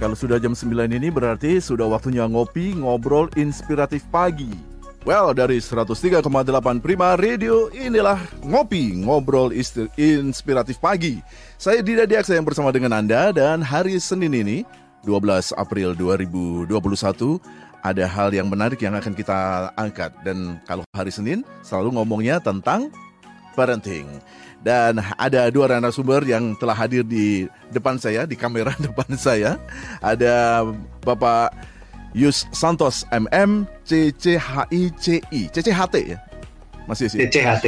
kalau sudah jam 9 ini berarti sudah waktunya ngopi, ngobrol inspiratif pagi. Well, dari 103,8 Prima Radio, inilah Ngopi, Ngobrol Inspiratif Pagi. Saya Dida Diaksa yang bersama dengan Anda, dan hari Senin ini, 12 April 2021, ada hal yang menarik yang akan kita angkat. Dan kalau hari Senin, selalu ngomongnya tentang parenting. Dan ada dua narasumber yang telah hadir di depan saya, di kamera depan saya. Ada Bapak Yus Santos MM, CCHI, CCHT ya? Masih sih?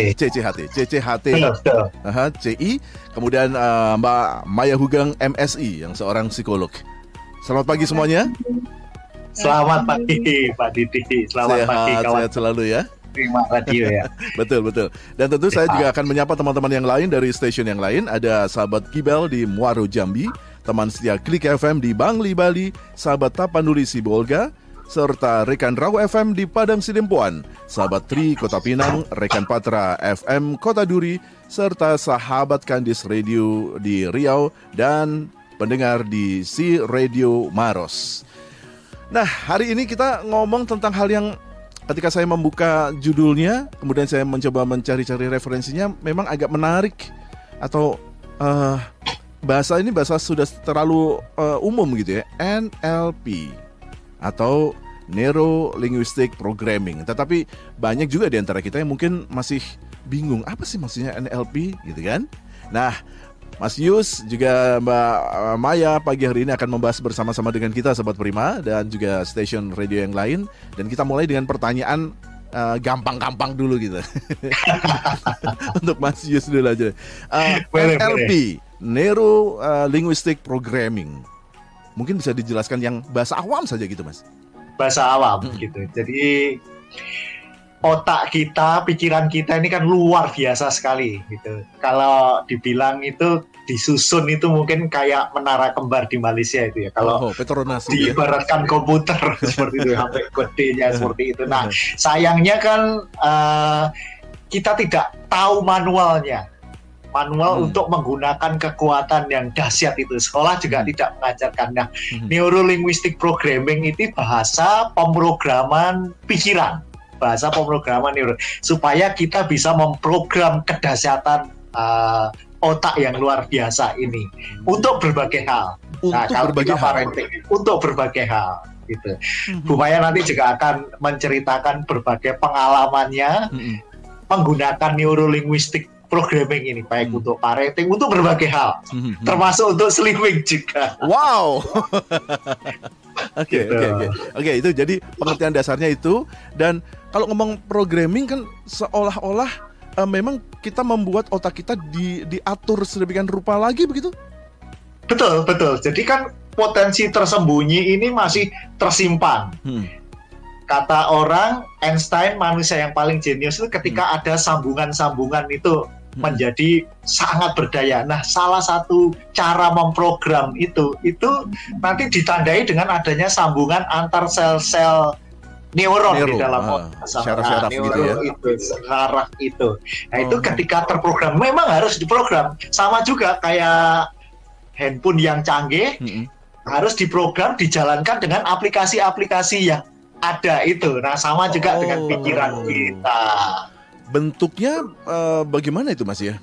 CCHT. CI. Kemudian Mbak Maya Hugang MSI, yang seorang psikolog. Selamat pagi semuanya. Selamat pagi Pak Didi. Selamat pagi kawan. Sehat selalu ya. Prima Radio ya. Betul. Dan tentu saya juga akan menyapa teman-teman yang lain dari stasiun yang lain. Ada sahabat Kibel di Muaro Jambi, teman setia Klik FM di Bangli Bali, sahabat Tapanuli Sibolga, serta rekan Raw FM di Padang Sidempuan, sahabat Tri Kota Pinang, rekan Patra FM Kota Duri, serta sahabat Kandis Radio di Riau, dan pendengar di Si Radio Maros. Nah, hari ini kita ngomong tentang hal yang ketika saya membuka judulnya, kemudian saya mencoba mencari-cari referensinya, memang agak menarik. Atau bahasa sudah terlalu umum gitu ya, NLP atau Neuro Linguistic Programming. Tetapi banyak juga di antara kita yang mungkin masih bingung, apa sih maksudnya NLP gitu kan. Nah, Mas Yus juga Mbak Maya pagi hari ini akan membahas bersama-sama dengan kita Sobat Prima dan juga stasiun radio yang lain. Dan kita mulai dengan pertanyaan gampang-gampang dulu gitu. Untuk Mas Yus dulu aja. NLP, Neuro Linguistic Programming. Mungkin bisa dijelaskan yang bahasa awam saja gitu, Mas. Bahasa awam gitu. Jadi otak kita, pikiran kita ini kan luar biasa sekali gitu. Kalau dibilang itu disusun itu mungkin kayak menara kembar di Malaysia itu ya. Kalau diibaratkan komputer seperti itu, sampai kodenya seperti itu. Nah, sayangnya kan kita tidak tahu manual untuk menggunakan kekuatan yang dahsyat itu. Sekolah juga tidak mengajarkan. Nah, Neuro Linguistic Programming itu bahasa pemrograman pikiran. Bahasa pemrograman neuro, supaya kita bisa memprogram kedahsyatan otak yang luar biasa ini untuk berbagai hal. Untuk berbagai hal gitu. Bu Maya nanti juga akan menceritakan berbagai pengalamannya menggunakan Neuro Linguistic Programming ini, baik untuk parenting, untuk berbagai hal, termasuk untuk slimming juga. Wow. Oke, itu jadi pengertian dasarnya itu. Dan kalau ngomong programming kan seolah-olah memang kita membuat otak kita diatur sedemikian rupa lagi begitu? Betul. Jadi kan potensi tersembunyi ini masih tersimpan. Kata orang, Einstein manusia yang paling jenius itu ketika ada sambungan-sambungan itu menjadi sangat berdaya. Nah, salah satu cara memprogram itu nanti ditandai dengan adanya sambungan antar sel-sel neuron di dalam otak. Syaraf gitu ya. Syaraf itu. Nah, itu ketika terprogram memang harus diprogram. Sama juga kayak handphone yang canggih harus diprogram, dijalankan dengan aplikasi-aplikasi yang ada itu. Nah, sama juga dengan pikiran kita. Bentuknya bagaimana itu, Mas ya?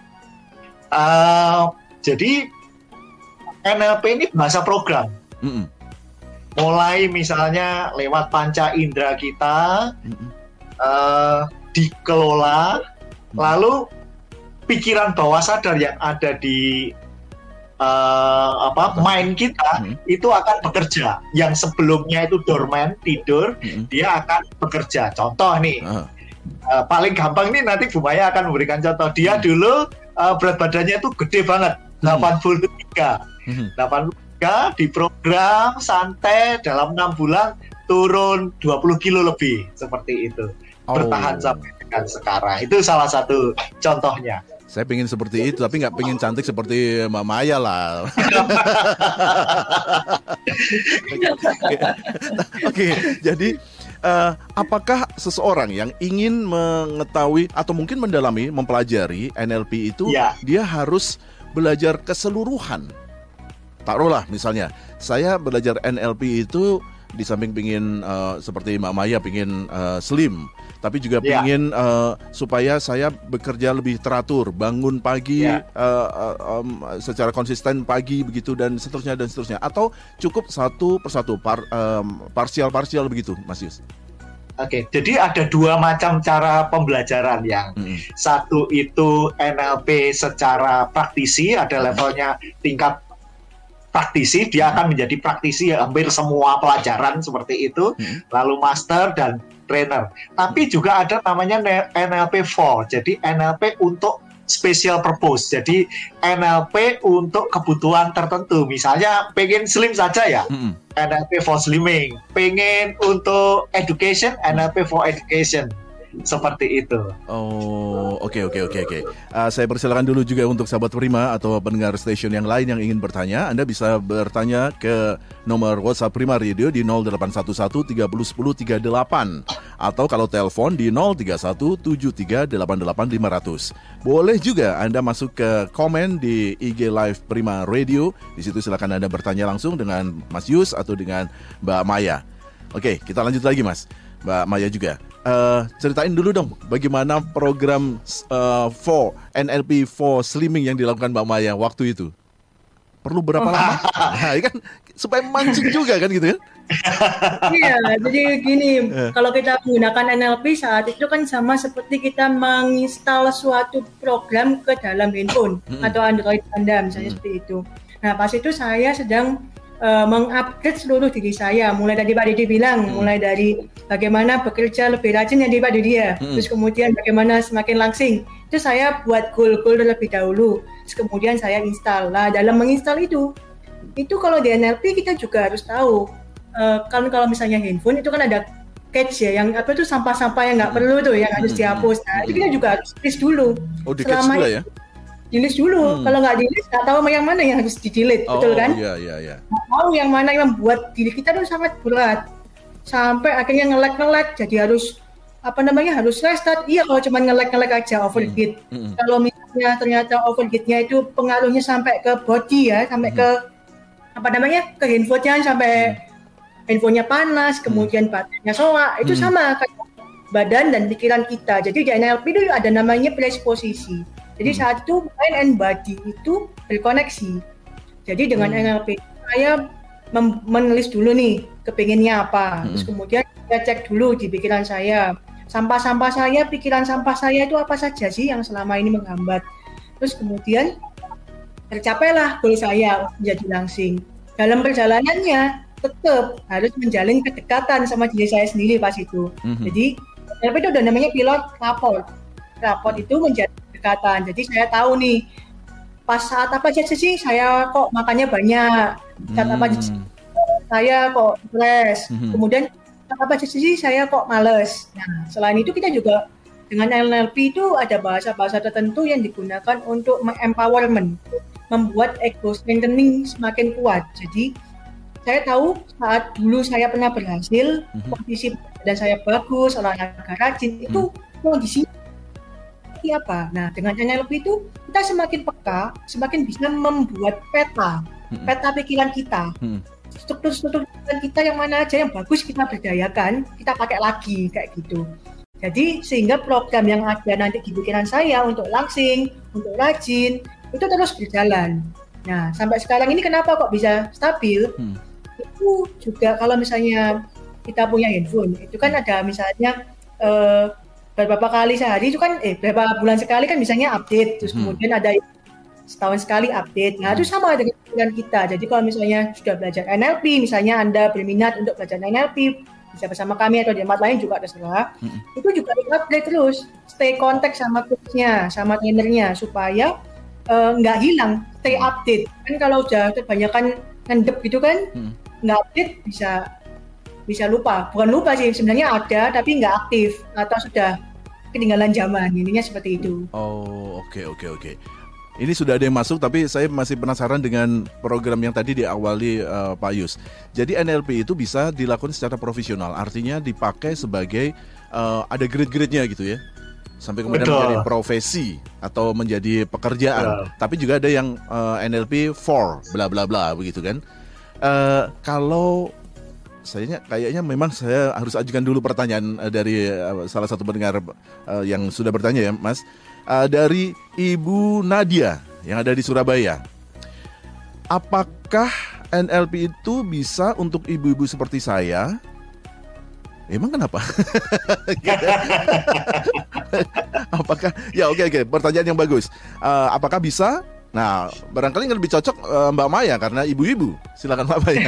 Jadi NLP ini bahasa program. Mulai misalnya lewat panca indera kita dikelola, lalu pikiran bawah sadar yang ada di mind kita itu akan bekerja. Yang sebelumnya itu dormant, tidur, dia akan bekerja. Contoh nih. Paling gampang nih, nanti Bu Maya akan memberikan contoh. Dia dulu berat badannya itu gede banget, 83 diprogram santai dalam 6 bulan turun 20 kilo lebih, seperti itu. Bertahan sampai dengan sekarang. Itu salah satu contohnya. Saya pengen seperti itu, tapi nggak pengen cantik seperti Mbak Maya lah. Oke, jadi apakah seseorang yang ingin mengetahui atau mungkin mendalami, mempelajari NLP itu, dia harus belajar keseluruhan taruhlah misalnya saya belajar NLP itu di samping pingin seperti Mbak Maya pingin slim, tapi juga pingin supaya saya bekerja lebih teratur, bangun pagi secara konsisten pagi begitu dan seterusnya. Atau cukup satu persatu parsial begitu, Mas Yus? Oke, jadi ada dua macam cara pembelajaran yang satu itu NLP secara praktisi, ada levelnya tingkat praktisi, dia akan menjadi praktisi hampir semua pelajaran seperti itu, lalu master dan trainer. Tapi juga ada namanya NLP 4, jadi NLP untuk special purpose, jadi NLP untuk kebutuhan tertentu, misalnya pengen slim saja ya, NLP for slimming, pengen untuk education, NLP for education, seperti itu. Oh, oke. Saya persilakan dulu juga untuk sahabat Prima atau pendengar stasiun yang lain yang ingin bertanya. Anda bisa bertanya ke nomor WhatsApp Prima Radio di 0811 30 10 38 atau kalau telepon di 031 73 88 500. Boleh juga Anda masuk ke komen di IG Live Prima Radio. Di situ silakan Anda bertanya langsung dengan Mas Yus atau dengan Mbak Maya. Oke, kita lanjut lagi Mas. Mbak Maya juga. Ceritain dulu dong bagaimana program NLP for Slimming yang dilakukan Mbak Maya waktu itu. Perlu berapa lama? Nah, kan supaya mancing juga kan gitu kan? Iya, jadi gini, kalau kita menggunakan NLP saat itu kan sama seperti kita menginstal suatu program ke dalam handphone atau Android Anda misalnya seperti itu. Nah, pas itu saya sedang mengupgrade seluruh diri saya, mulai dari Pak Didi bilang, mulai dari bagaimana bekerja lebih rajin yang di Pak Didi ya, terus kemudian bagaimana semakin langsing, itu saya buat goal-goal terlebih dahulu, terus kemudian saya install. Nah, dalam menginstal itu kalau di NLP kita juga harus tahu, kan kalau misalnya handphone itu kan ada cache ya, yang apa itu sampah-sampah yang nggak perlu tuh, yang harus dihapus. Nah, itu kita juga harus list dulu. Oh, di cache juga ya? Di-list dulu, kalau nggak di-list nggak tahu yang mana yang harus di-delete, betul kan? Iya. Nggak tahu yang mana yang membuat diri kita itu sangat berat, sampai akhirnya nge-lag, jadi harus harus restart. Iya, kalau cuma nge-lag aja overheat. Kalau misalnya ternyata overheatnya itu pengaruhnya sampai ke body ya, sampai ke ke handphonenya, sampai handphonenya panas, kemudian baterainya soak, itu sama kayak badan dan pikiran kita. Jadi di NLP itu ada namanya presposisi. Jadi saat itu mind and body itu berkoneksi. Jadi dengan NLP saya menulis dulu nih kepinginnya apa. Terus kemudian saya cek dulu di pikiran saya. Sampah-sampah saya, pikiran sampah saya itu apa saja sih yang selama ini menghambat. Terus kemudian tercapailah goal saya menjadi langsing. Dalam perjalanannya tetap harus menjalin kedekatan sama diri saya sendiri pas itu. Jadi NLP itu ada namanya pilot rapport. Rapport itu menjadi kedekatan. Jadi saya tahu nih pas saat apa aja sih saya kok makannya banyak, saat apa aja saya kok stres, kemudian saat apa aja sih saya kok males. Nah, selain itu kita juga dengan NLP itu ada bahasa-bahasa tertentu yang digunakan untuk empowerment, membuat ego strengthening semakin kuat. Jadi saya tahu saat dulu saya pernah berhasil, kondisi badan saya bagus, olahraga rajin, itu kondisi apa? Nah, dengan NLP itu kita semakin peka, semakin bisa membuat peta pikiran kita. Struktur pikiran kita yang mana aja yang bagus kita berdayakan, kita pakai lagi kayak gitu. Jadi sehingga program yang ada nanti di pikiran saya untuk langsing, untuk rajin, itu terus berjalan. Nah, sampai sekarang ini kenapa kok bisa stabil? Itu juga kalau misalnya kita punya handphone, itu kan ada misalnya beberapa kali sehari itu kan beberapa bulan sekali kan misalnya update, terus kemudian ada setahun sekali update. Nah, itu sama dengan pikiran kita. Jadi kalau misalnya sudah belajar NLP, misalnya Anda berminat untuk belajar NLP, bisa bersama kami atau di tempat lain juga terserah. Itu juga update terus, stay contact sama coachnya, sama trainernya supaya nggak hilang, stay update. Kan kalau udah kebanyakan ngendep gitu kan, nggak update bisa lupa. Bukan lupa sih, sebenarnya ada tapi nggak aktif atau sudah ketinggalan zaman, intinya seperti itu. Oh, oke. Ini sudah ada yang masuk, tapi saya masih penasaran dengan program yang tadi diawali Pak Yus. Jadi NLP itu bisa dilakukan secara profesional, artinya dipakai sebagai ada grade-grade-nya gitu ya? sampai kemudian menjadi profesi atau menjadi pekerjaan. Tapi juga ada yang NLP for bla bla bla begitu kan. Kalau kayaknya memang saya harus ajukan dulu pertanyaan dari salah satu pendengar yang sudah bertanya ya Mas, dari Ibu Nadia yang ada di Surabaya. Apakah NLP itu bisa untuk ibu-ibu seperti saya? Emang kenapa? Apakah ya oke, pertanyaan yang bagus. Apakah bisa? Nah, barangkali yang lebih cocok Mbak Maya karena ibu-ibu. Silakan Mbak Maya.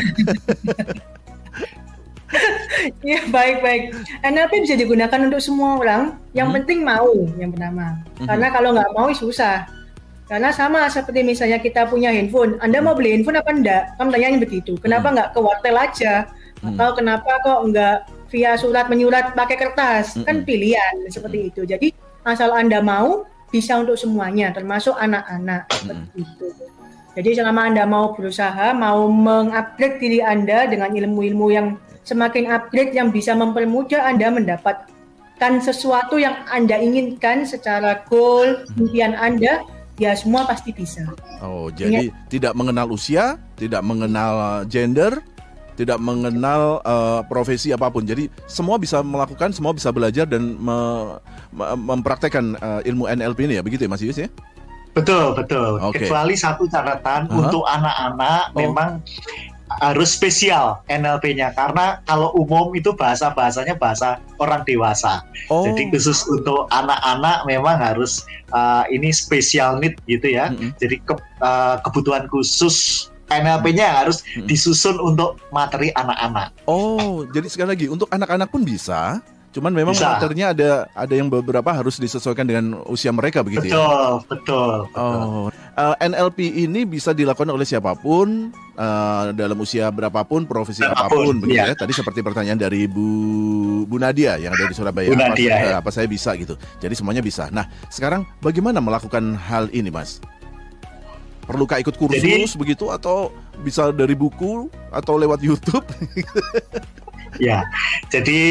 Ya, baik. NLP bisa digunakan untuk semua orang. Yang penting mau yang pertama. Karena kalau nggak mau susah. Karena sama seperti misalnya kita punya handphone. Anda mau beli handphone apa enggak? Kan tanyanya begitu. Kenapa nggak ke wartel aja? Atau kenapa kok nggak via surat menyurat pakai kertas? Kan pilihan seperti itu. Jadi asal Anda mau, bisa untuk semuanya, termasuk anak-anak seperti itu. Jadi selama Anda mau berusaha, mau mengupgrade diri Anda dengan ilmu-ilmu yang semakin upgrade yang bisa mempermudah Anda mendapatkan sesuatu yang Anda inginkan secara goal, impian Anda, ya semua pasti bisa. Oh, jadi tidak mengenal usia, tidak mengenal gender, tidak mengenal profesi apapun. Jadi semua bisa melakukan, semua bisa belajar dan mempraktekkan ilmu NLP ini ya, begitu ya Mas Yus ya? Betul. Okay. Kecuali satu catatan untuk anak-anak memang harus spesial NLP-nya karena kalau umum itu bahasanya bahasa orang dewasa. Jadi khusus untuk anak-anak memang harus ini special need gitu ya. Jadi kebutuhan khusus NLP-nya harus disusun untuk materi anak-anak. Oh, jadi sekali lagi untuk anak-anak pun bisa. Cuman memang materinya ada yang beberapa harus disesuaikan dengan usia mereka begitu ya? Betul. NLP ini bisa dilakukan oleh siapapun, dalam usia berapapun, profesi apapun begitu ya. Tadi seperti pertanyaan dari Bu Nadia yang ada di Surabaya. Apa saya bisa gitu. Jadi semuanya bisa. Nah, sekarang bagaimana melakukan hal ini, Mas? Perlukah ikut kursus begitu atau bisa dari buku atau lewat YouTube? Ya, jadi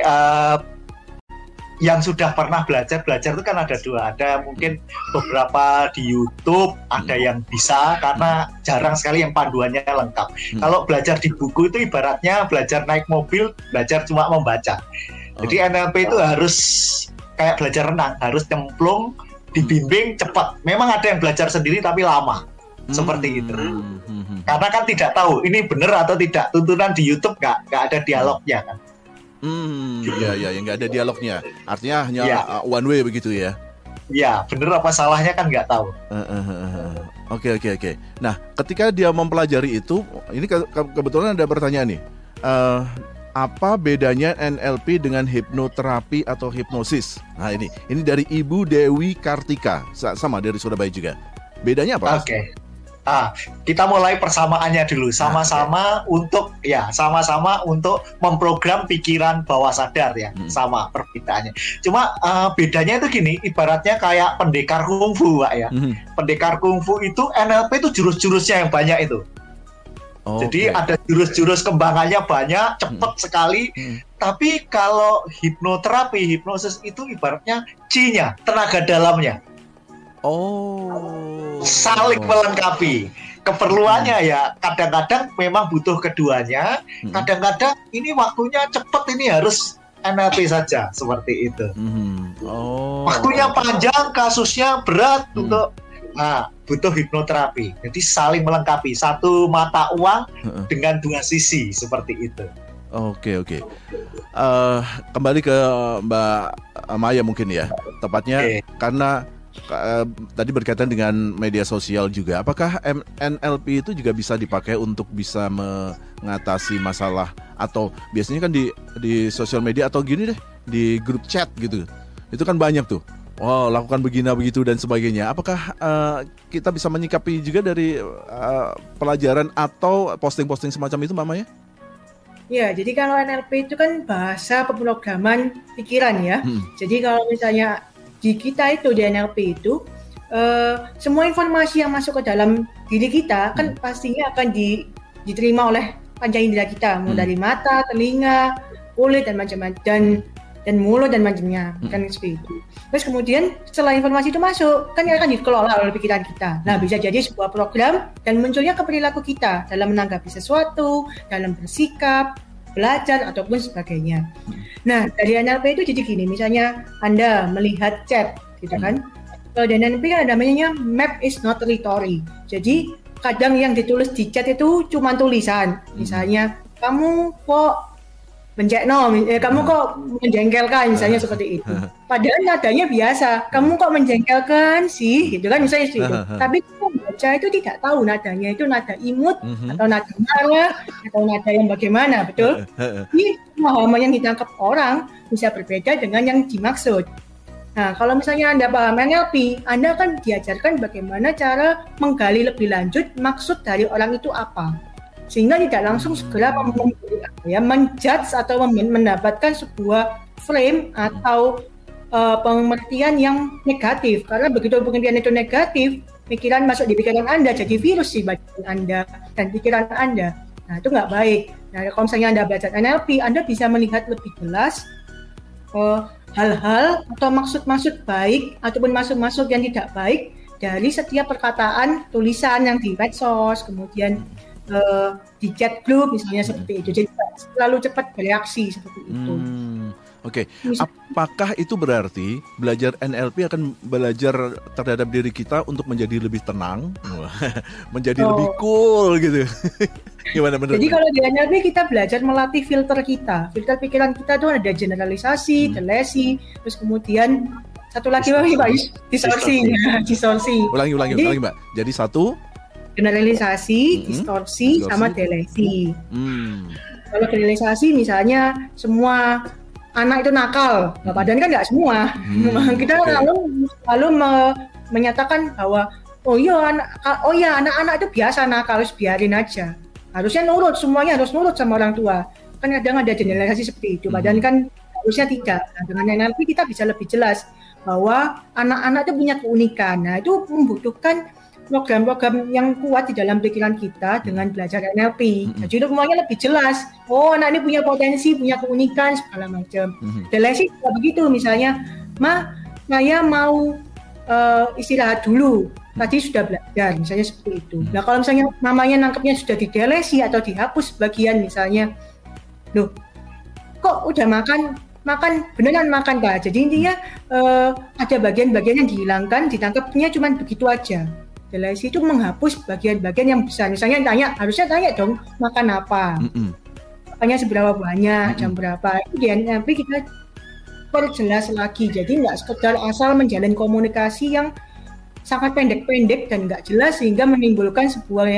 yang sudah pernah belajar itu kan ada dua. Ada mungkin beberapa di YouTube, ada yang bisa karena jarang sekali yang panduannya lengkap. Kalau belajar di buku itu ibaratnya belajar naik mobil, belajar cuma membaca. Jadi NLP itu harus kayak belajar renang, harus cemplung, dibimbing cepat. Memang ada yang belajar sendiri tapi lama. Seperti itu. Karena kan tidak tahu ini benar atau tidak. Tuntunan di YouTube nggak ada dialognya kan. Ya nggak ada dialognya. Artinya hanya one way begitu ya. Iya, benar apa salahnya kan nggak tahu. Oke. Nah, ketika dia mempelajari itu, ini kebetulan ada pertanyaan nih. Apa bedanya NLP dengan hipnoterapi atau hipnosis? Nah, ini dari Ibu Dewi Kartika, sama dari Surabaya juga. Bedanya apa? Oke. Kita mulai persamaannya dulu. Sama-sama untuk memprogram pikiran bawah sadar ya. Sama perbedaannya. Cuma bedanya itu gini, ibaratnya kayak pendekar kungfu, Pak ya. Pendekar kungfu itu NLP itu jurus-jurusnya yang banyak itu. Jadi ada jurus-jurus kembangannya banyak, cepat sekali. Tapi kalau hipnoterapi, hipnosis itu ibaratnya chi-nya, tenaga dalamnya. Saling melengkapi. Keperluannya ya kadang-kadang memang butuh keduanya. Kadang-kadang ini waktunya cepat, ini harus NLP saja seperti itu. Waktunya panjang, kasusnya berat untuk butuh hipnoterapi. Jadi saling melengkapi, satu mata uang dengan dua sisi seperti itu. Oke. Kembali ke Mbak Maya mungkin ya. Tepatnya karena tadi berkaitan dengan media sosial juga. Apakah NLP itu juga bisa dipakai untuk bisa mengatasi masalah, atau biasanya kan di sosial media atau gini deh, di grup chat gitu. Itu kan banyak tuh. Lakukan begini begitu dan sebagainya. Apakah kita bisa menyikapi juga dari pelajaran atau posting-posting semacam itu, Mbak Maya? Ya, jadi kalau NLP itu kan bahasa pemrograman pikiran ya. Jadi kalau misalnya di kita itu, di NLP itu semua informasi yang masuk ke dalam diri kita kan pastinya akan diterima oleh panca indera kita, mulai dari mata, telinga, kulit dan macam-macam. dan mulut dan macamnya, kan seperti itu. Terus kemudian setelah informasi itu masuk, kan akan dikelola oleh pikiran kita. Nah, bisa jadi sebuah program dan munculnya ke perilaku kita dalam menanggapi sesuatu, dalam bersikap, belajar ataupun sebagainya. Nah, dari NLP itu jadi gini, misalnya Anda melihat chat, gitu kan? Kalau di NLP kan ada namanya map is not rhetoric. Jadi kadang yang ditulis di chat itu cuma tulisan, misalnya kamu kok kamu kok menjengkelkan, misalnya seperti itu. Padahal nadanya biasa, kamu kok menjengkelkan sih, gitu kan misalnya itu. Tapi pembaca itu tidak tahu nadanya itu nada imut atau nada marah atau nada yang bagaimana, betul? Ini pemahaman yang ditangkap orang bisa berbeda dengan yang dimaksud. Nah, kalau misalnya Anda paham NLP, Anda akan diajarkan bagaimana cara menggali lebih lanjut maksud dari orang itu apa. Sehingga tidak langsung segera menjudge atau mendapatkan sebuah frame atau pengertian yang negatif. Karena begitu pengertian itu negatif, pikiran masuk di pikiran Anda, jadi virus di badan Anda dan pikiran Anda. Nah, itu nggak baik. Nah, kalau misalnya Anda belajar NLP, Anda bisa melihat lebih jelas hal-hal atau maksud-maksud baik ataupun maksud-maksud yang tidak baik dari setiap perkataan tulisan yang di medsos, kemudian di chat group misalnya seperti itu. Jadi selalu cepat bereaksi seperti itu. Oke. Apakah itu berarti belajar NLP akan belajar terhadap diri kita untuk menjadi lebih tenang, menjadi lebih cool gitu? Gimana menurut? Jadi kalau di NLP kita belajar melatih filter kita. Filter pikiran kita itu ada generalisasi, delesi, terus kemudian satu lagi Pak, distorsi. Ulangi Mbak. Jadi satu generalisasi, distorsi, sama delesi. Kalau generalisasi misalnya semua anak itu nakal, padahal kan nggak semua. Kita lalu menyatakan bahwa oh iya anak-anak itu biasa nakal, harus biarin aja. Harusnya nurut, semuanya harus nurut sama orang tua. Kan kadang ada generalisasi seperti itu, padahal kan harusnya tidak. Nah, dengan NLP kita bisa lebih jelas bahwa anak-anak itu punya keunikan. Nah, itu membutuhkan program-program yang kuat di dalam pikiran kita dengan belajar NLP. Jadi itu semuanya lebih jelas. Oh, anak ini punya potensi, punya keunikan, segala macam. Delesi juga begitu, misalnya, saya mau istirahat dulu. Tadi sudah belajar, misalnya seperti itu. Nah, kalau misalnya mamanya nangkepnya sudah didelesi atau dihapus bagian misalnya, loh, kok udah makan beneran makan Kak. Jadi intinya ada bagian-bagian yang dihilangkan, ditangkapnya cuma begitu aja. Delesi itu menghapus bagian-bagian yang besar. Misalnya harusnya tanya dong, makan apa? Makannya seberapa banyak, jam berapa? Itu di NLP kita perjelas lagi. Jadi nggak sekedar asal menjalin komunikasi yang sangat pendek-pendek dan nggak jelas sehingga menimbulkan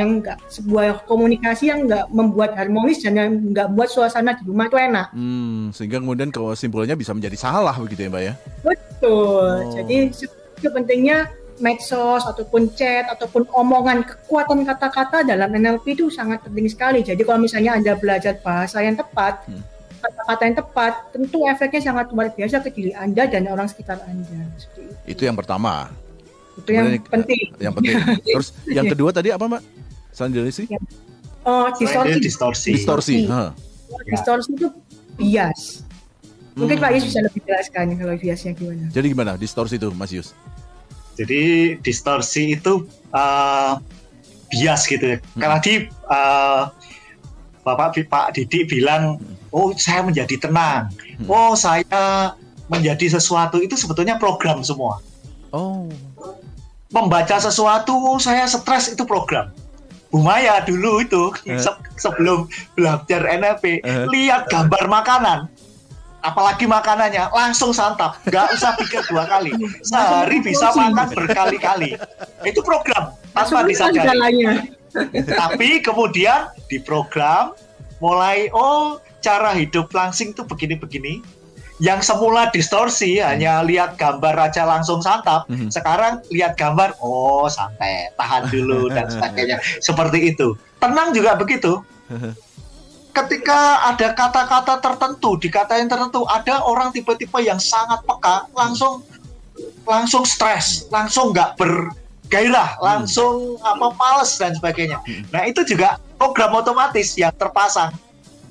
sebuah komunikasi yang nggak membuat harmonis dan nggak membuat suasana di rumah itu enak. Sehingga kemudian kesimpulannya bisa menjadi salah begitu ya Mbak ya? Betul. Jadi itu pentingnya medsos ataupun chat ataupun omongan, kekuatan kata-kata dalam NLP itu sangat penting sekali. Jadi kalau misalnya Anda belajar bahasa yang tepat, kata-kata yang tepat, tentu efeknya sangat luar biasa ke diri Anda dan orang sekitar Anda. Itu yang pertama. Itu yang penting. Yang penting. Terus yang kedua tadi apa Mbak? Selain delesi? Distorsi. Distorsi itu bias. Mungkin Pak Yus bisa lebih jelaskan kalau biasnya gimana. Jadi gimana distorsi itu Mas Yus? Jadi distorsi itu bias gitu ya. Karena Pak Didik bilang, oh saya menjadi tenang, oh saya menjadi sesuatu, itu sebetulnya program semua. Membaca sesuatu, saya stres, itu program. Bu Maya dulu itu sebelum belajar NLP, lihat gambar makanan, apalagi makanannya, langsung santap, nggak usah pikir 2 kali, sehari bisa makan berkali-kali. Itu program tanpa disadari. Tapi kemudian diprogram, mulai cara hidup langsing tuh begini-begini. Yang semula distorsi hanya lihat gambar aja langsung santap, sekarang lihat gambar, santai, tahan dulu dan sebagainya. Seperti itu. Tenang juga begitu. Ketika ada kata-kata tertentu, dikatain tertentu, ada orang tipe-tipe yang sangat peka, langsung stres, langsung nggak bergairah, langsung males dan sebagainya. Nah itu juga program otomatis yang terpasang.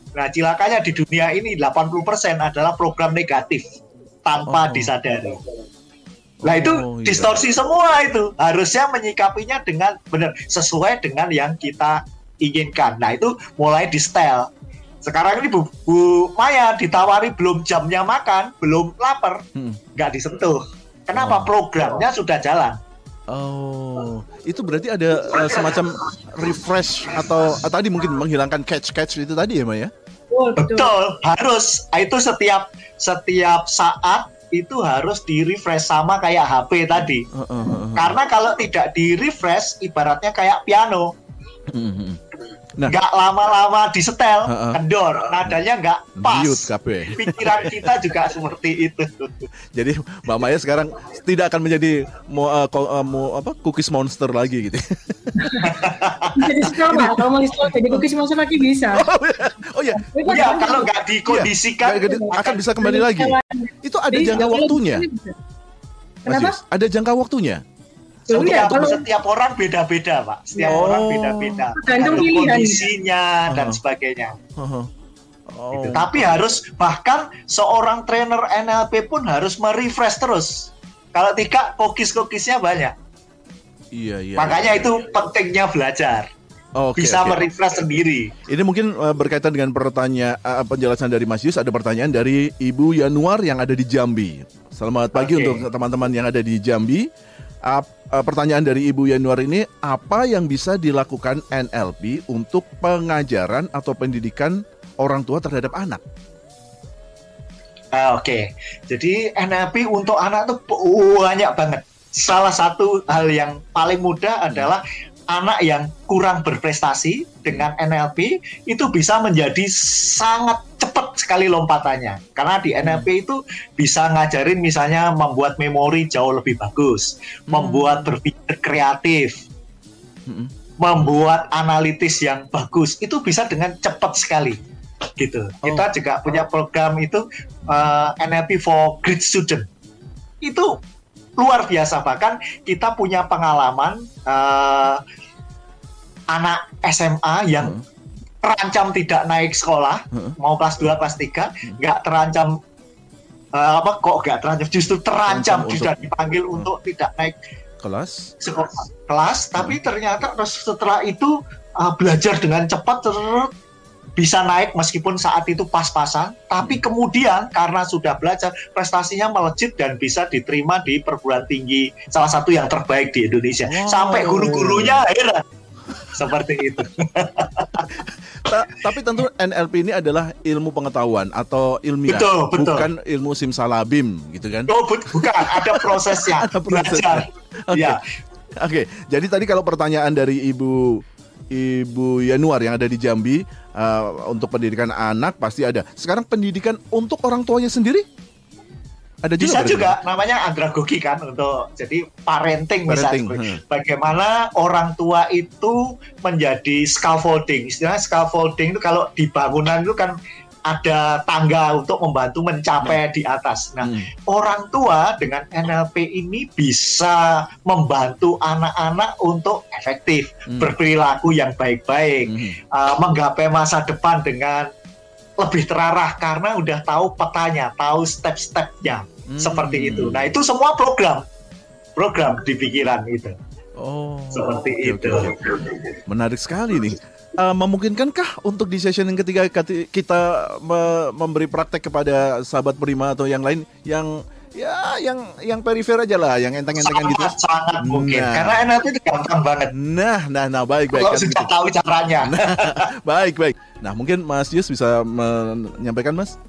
Nah, cilakanya di dunia ini 80% adalah program negatif tanpa disadari. Nah, itu distorsi semua itu. Harusnya menyikapinya dengan benar sesuai dengan yang kita inginkan. Nah, itu mulai di setel. Sekarang ini Bu Maya ditawari belum jamnya makan, belum lapar, nggak disentuh. Kenapa? Programnya sudah jalan. Oh, itu berarti ada semacam refresh atau tadi mungkin menghilangkan catch itu tadi ya, Maya? Betul, harus. Itu setiap saat itu harus di-refresh sama kayak HP tadi. Karena kalau tidak di-refresh, ibaratnya kayak piano. Nggak lama-lama disetel, kendor, nadanya nggak pas. Pikiran kita juga seperti itu. Jadi Mbak Maya sekarang tidak akan menjadi cookies monster lagi gitu. Jadi sekarang kalau mau jadi cookies monster lagi bisa. Oh ya, kalau nggak dikondisikan akan bisa kembali lagi. Itu ada jangka waktunya. Kenapa? Ada jangka waktunya. Setiap orang beda-beda, Pak. Setiap orang beda-beda. Tergantung pilihan kondisinya dan sebagainya. Gitu. Tapi harus, bahkan seorang trainer NLP pun harus merefresh terus. Kalau tidak, cookies-cookiesnya banyak. Iya. Makanya itu pentingnya belajar. Bisa merefresh sendiri. Ini mungkin berkaitan dengan penjelasan dari Mas Yus. Ada pertanyaan dari Ibu Yanuar yang ada di Jambi. Selamat pagi untuk teman-teman yang ada di Jambi. Pertanyaan dari Ibu Yanuar ini, apa yang bisa dilakukan NLP untuk pengajaran atau pendidikan orang tua terhadap anak? Jadi NLP untuk anak tuh banyak banget. Salah satu hal yang paling mudah adalah anak yang kurang berprestasi dengan NLP itu bisa menjadi sangat cepat sekali lompatannya. Karena di NLP itu bisa ngajarin misalnya membuat memori jauh lebih bagus, membuat berpikir kreatif, membuat analitis yang bagus. Itu bisa dengan cepat sekali. Gitu. Kita juga punya program itu NLP for Great Student. Itu luar biasa, bahkan kita punya pengalaman anak SMA yang terancam tidak naik sekolah, mau kelas 2, kelas 3, nggak terancam justru terancam sudah dipanggil untuk tidak naik kelas, tapi ternyata setelah itu belajar dengan cepat bisa naik meskipun saat itu pas-pasan, tapi kemudian karena sudah belajar prestasinya melejit dan bisa diterima di perguruan tinggi salah satu yang terbaik di Indonesia. Sampai guru-gurunya heran seperti itu. Tapi tentu NLP ini adalah ilmu pengetahuan atau ilmiah, betul. Bukan ilmu simsalabim gitu kan? Bukan, ada prosesnya. Ada prosesnya. Oke. Jadi tadi kalau pertanyaan dari Ibu Yanuar yang ada di Jambi untuk pendidikan anak pasti ada. Sekarang pendidikan untuk orang tuanya sendiri ada juga? Bisa juga, namanya andragogi kan, untuk jadi parenting. Misalnya. Bagaimana orang tua itu menjadi scaffolding. Istilahnya scaffolding itu kalau di bangunan itu kan ada tangga untuk membantu mencapai di atas. Nah, orang tua dengan NLP ini bisa membantu anak-anak untuk efektif, berperilaku yang baik-baik, menggapai masa depan dengan lebih terarah karena udah tahu petanya, tahu step-stepnya, seperti itu. Nah, itu semua program di pikiran itu. Seperti itu. Menarik sekali nih. Memungkinkankah untuk di session yang ketiga kita memberi praktek kepada sahabat Prima atau yang lain yang perifer aja lah, yang enteng-entengan gitu? Sangat mungkin, karena NLP itu gampang banget. Baik. Kalau sudah tahu caranya. Baik. Nah, mungkin Mas Yus bisa menyampaikan, Mas?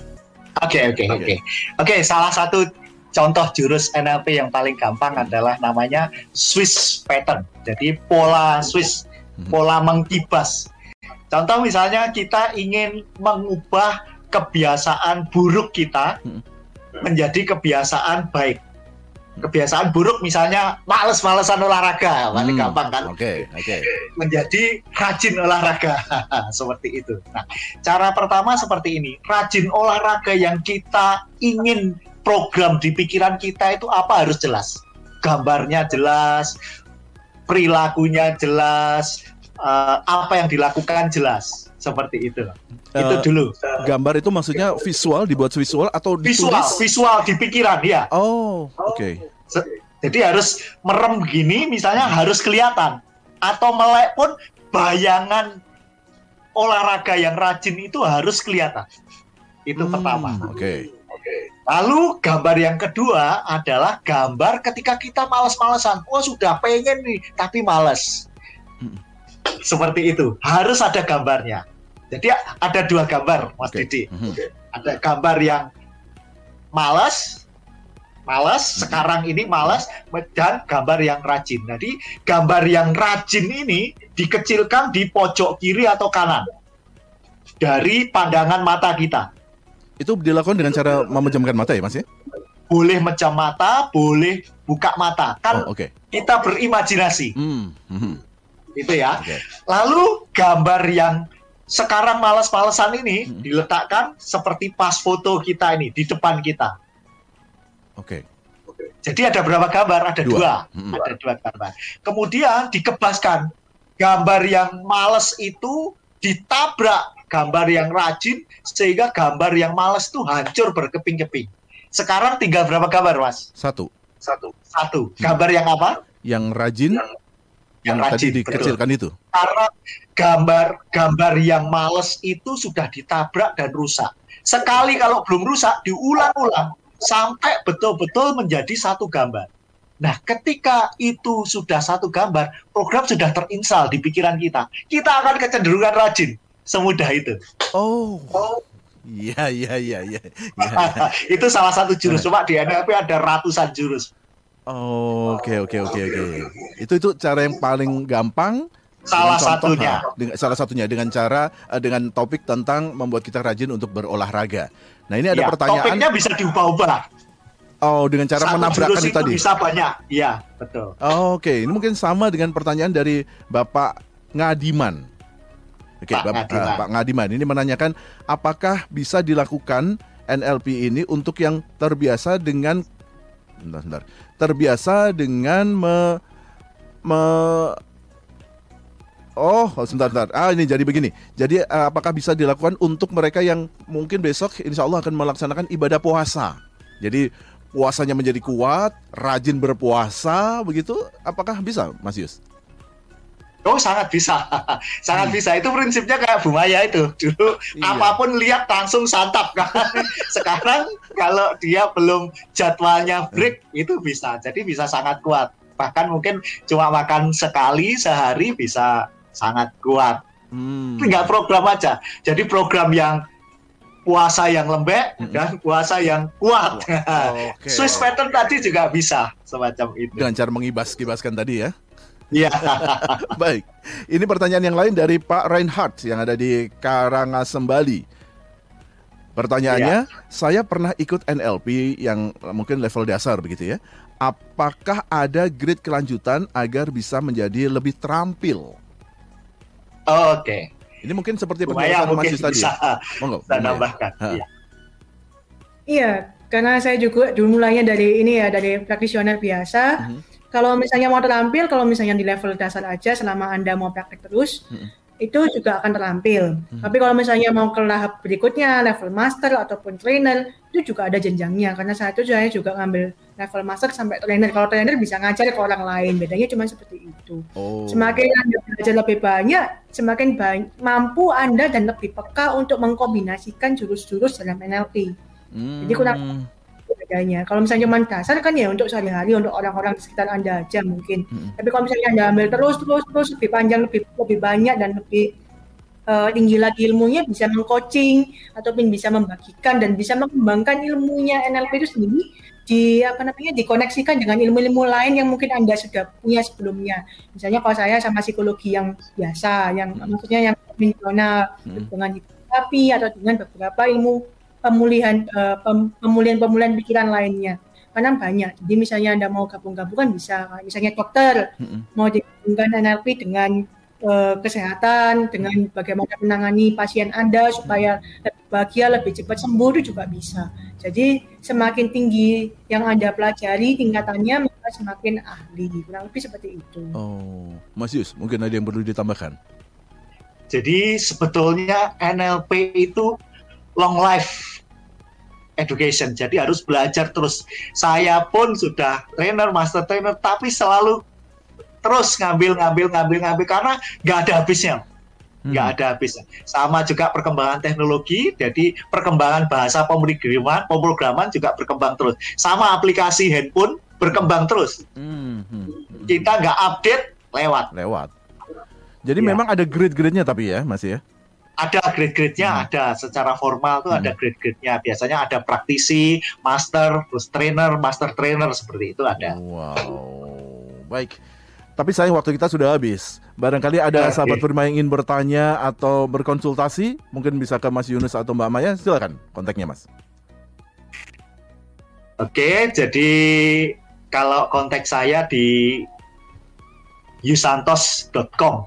Oke, salah satu contoh jurus NLP yang paling gampang adalah namanya Swiss pattern. Jadi pola Swiss, pola mengkibas. Contoh misalnya kita ingin mengubah kebiasaan buruk kita menjadi kebiasaan baik. Kebiasaan buruk misalnya males-malesan olahraga, paling gampang kan? Oke. Menjadi rajin olahraga, seperti itu. Nah, cara pertama seperti ini, rajin olahraga yang kita ingin program di pikiran kita itu apa harus jelas, gambarnya jelas, perilakunya jelas, apa yang dilakukan jelas, seperti itu. Itu dulu. Gambar itu maksudnya visual, dibuat visual atau ditulis? Visual di pikiran, ya. Oh, oke. Jadi harus merem begini, misalnya harus kelihatan. Atau melek pun bayangan olahraga yang rajin itu harus kelihatan. Itu pertama. Oke. Lalu gambar yang kedua adalah gambar ketika kita malas-malasan. Oh, sudah pengen nih, tapi malas. Seperti itu. Harus ada gambarnya. Jadi ada 2 gambar, Mas Didi. Ada gambar yang malas, sekarang ini malas, dan gambar yang rajin. Jadi gambar yang rajin ini dikecilkan di pojok kiri atau kanan dari pandangan mata kita. Itu dilakukan dengan cara memejamkan mata ya, Mas ya? Boleh mejam mata, boleh buka mata. Kan kita berimajinasi. Itu ya. Lalu gambar yang sekarang malas-malasan ini diletakkan seperti pas foto kita ini di depan kita. Jadi ada berapa gambar? Ada 2. Ada 2 gambar. Kemudian dikebaskan. Gambar yang malas itu ditabrak gambar yang rajin, sehingga gambar yang malas itu hancur berkeping-keping. Sekarang tinggal berapa gambar, Mas? 1. Gambar yang apa? Yang rajin. Yang rajin, tadi dikecilkan betul. Itu. Karena gambar yang malas itu sudah ditabrak dan rusak. Sekali kalau belum rusak, diulang-ulang sampai betul-betul menjadi 1 gambar. Nah, ketika itu sudah 1 gambar, program sudah terinstal di pikiran kita. Kita akan kecenderungan rajin. Semudah itu. Iya. Itu salah satu jurus. Cuma di NLP ada ratusan jurus. Oke. Itu cara yang paling gampang. Salah satunya dengan cara dengan topik tentang membuat kita rajin untuk berolahraga. Nah, ini ada pertanyaan. Topiknya bisa diubah-ubah. Oh, dengan cara menabrakkan itu tadi. Bisa banyak. Iya, betul. Oke, ini mungkin sama dengan pertanyaan dari Bapak Ngadiman. Pak Ngadiman ini menanyakan apakah bisa dilakukan NLP ini untuk yang terbiasa dengan ini jadi begini. Jadi apakah bisa dilakukan untuk mereka yang mungkin besok insya Allah akan melaksanakan ibadah puasa. Jadi puasanya menjadi kuat, rajin berpuasa, begitu? Apakah bisa, Mas Yus? Oh, sangat bisa. Sangat bisa. Itu prinsipnya kayak Bu Maya itu. Dulu apapun lihat langsung santap kan. Sekarang kalau dia belum jadwalnya break itu bisa. Jadi bisa sangat kuat. Bahkan mungkin cuma makan sekali sehari bisa sangat kuat. Tinggal program aja. Jadi program yang puasa yang lembek dan puasa yang kuat. Swiss pattern tadi juga bisa semacam itu. Dengan cara mengibas-ibaskan tadi ya. Iya. Baik. Ini pertanyaan yang lain dari Pak Reinhardt yang ada di Karangasem, Bali. Pertanyaannya, saya pernah ikut NLP yang mungkin level dasar begitu ya. Apakah ada grade kelanjutan agar bisa menjadi lebih terampil? Oke. Ini mungkin seperti penjelasan Mas Yus tadi. Monggo, bisa tambahkan. Iya, karena saya juga dulu mulainya dari dari praktisioner biasa. Kalau misalnya mau terampil, kalau misalnya di level dasar aja selama Anda mau praktek terus, itu juga akan terampil. Tapi kalau misalnya mau ke tahap berikutnya, level master ataupun trainer, itu juga ada jenjangnya. Karena saya juga ngambil level master sampai trainer. Kalau trainer bisa ngajar ke orang lain, bedanya cuma seperti itu. Semakin Anda belajar lebih banyak, semakin mampu Anda dan lebih peka untuk mengkombinasikan jurus-jurus dalam NLP. Jadi kurang bedanya. Kalau misalnya cuma dasar kan ya untuk sehari-hari, untuk orang-orang di sekitar Anda aja mungkin. Tapi kalau misalnya Anda ambil terus lebih panjang, lebih banyak dan lebih tinggi lagi ilmunya, bisa meng-coaching ataupun bisa membagikan dan bisa mengembangkan ilmunya NLP itu sendiri dikoneksikan dengan ilmu-ilmu lain yang mungkin Anda sudah punya sebelumnya. Misalnya kalau saya sama psikologi yang biasa, yang maksudnya yang konvensional dengan terapi atau dengan beberapa ilmu pemulihan pikiran lainnya. Karena banyak. Jadi misalnya Anda mau gabung-gabungan bisa. Misalnya dokter mau digabungkan NLP dengan kesehatan, dengan bagaimana menangani pasien Anda supaya lebih bahagia, lebih cepat sembuh itu juga bisa. Jadi semakin tinggi yang Anda pelajari tingkatannya, maka semakin ahli, kurang lebih seperti itu. Oh, Mas Yus, mungkin ada yang perlu ditambahkan? Jadi sebetulnya NLP itu long life education, jadi harus belajar terus. Saya pun sudah trainer, master trainer, tapi selalu terus ngambil karena nggak ada habisnya. Nggak ada habisnya. Sama juga perkembangan teknologi, jadi perkembangan bahasa pemrograman juga berkembang terus. Sama aplikasi handphone berkembang terus. Kita nggak update, lewat. Jadi memang ada grade-grade-nya tapi ya, Mas ya? Ada grade-grade-nya, ada secara formal tuh ada grade-grade-nya. Biasanya ada praktisi, master, terus trainer, master trainer, seperti itu ada. Wow, baik. Tapi sayang waktu kita sudah habis. Barangkali ada sahabat Prima yang ingin bertanya atau berkonsultasi, mungkin bisa ke Mas Yunus atau Mbak Maya, silakan kontaknya Mas. Oke, jadi kalau kontak saya di yusantos.com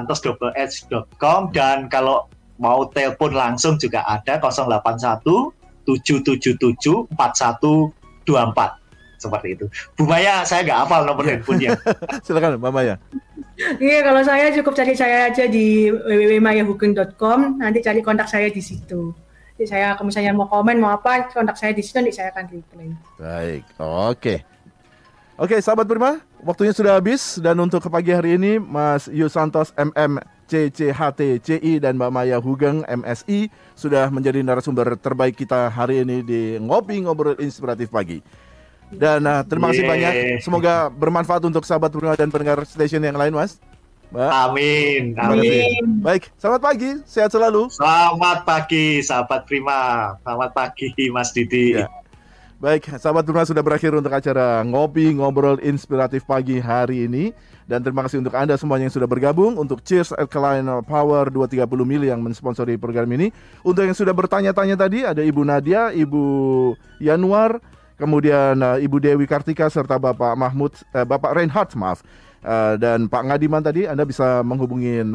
dan kalau mau telepon langsung juga ada 081 777 4124 seperti itu. Bu Maya, saya nggak hafal nomor handphonenya. Silakan Mbak Maya. Iya, kalau saya cukup cari saya aja di www.mayahugeng.com, nanti cari kontak saya di situ. Jadi saya kalau misalnya mau komen mau apa, kontak saya di situ, nanti saya akan reply. Baik, Oke, sahabat Prima, waktunya sudah habis dan untuk ke pagi hari ini Mas Yusantos MM CCHT CI dan Mbak Maya Hugeng MSI sudah menjadi narasumber terbaik kita hari ini di Ngopi-Ngobrol Inspiratif Pagi. Dan terima kasih banyak, semoga bermanfaat untuk sahabat Prima dan pendengar station yang lain, Mas. Mbak. Amin. Baik, selamat pagi, sehat selalu. Selamat pagi sahabat Prima, selamat pagi Mas Didi. Ya. Baik, sahabat Prima, sudah berakhir untuk acara Ngopi-Ngobrol Inspiratif Pagi hari ini. Dan terima kasih untuk Anda semuanya yang sudah bergabung. Untuk Cheers Alkaline Power 230 ml yang mensponsori program ini. Untuk yang sudah bertanya-tanya tadi, ada Ibu Nadia, Ibu Yanuar, kemudian Ibu Dewi Kartika, serta Bapak Reinhardt, dan Pak Ngadiman tadi. Anda bisa menghubungi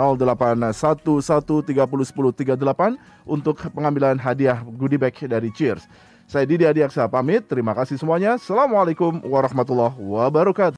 0811301038 untuk pengambilan hadiah goodie bag dari Cheers. Saya Didi Adiaksa pamit, terima kasih semuanya. Assalamualaikum warahmatullahi wabarakatuh.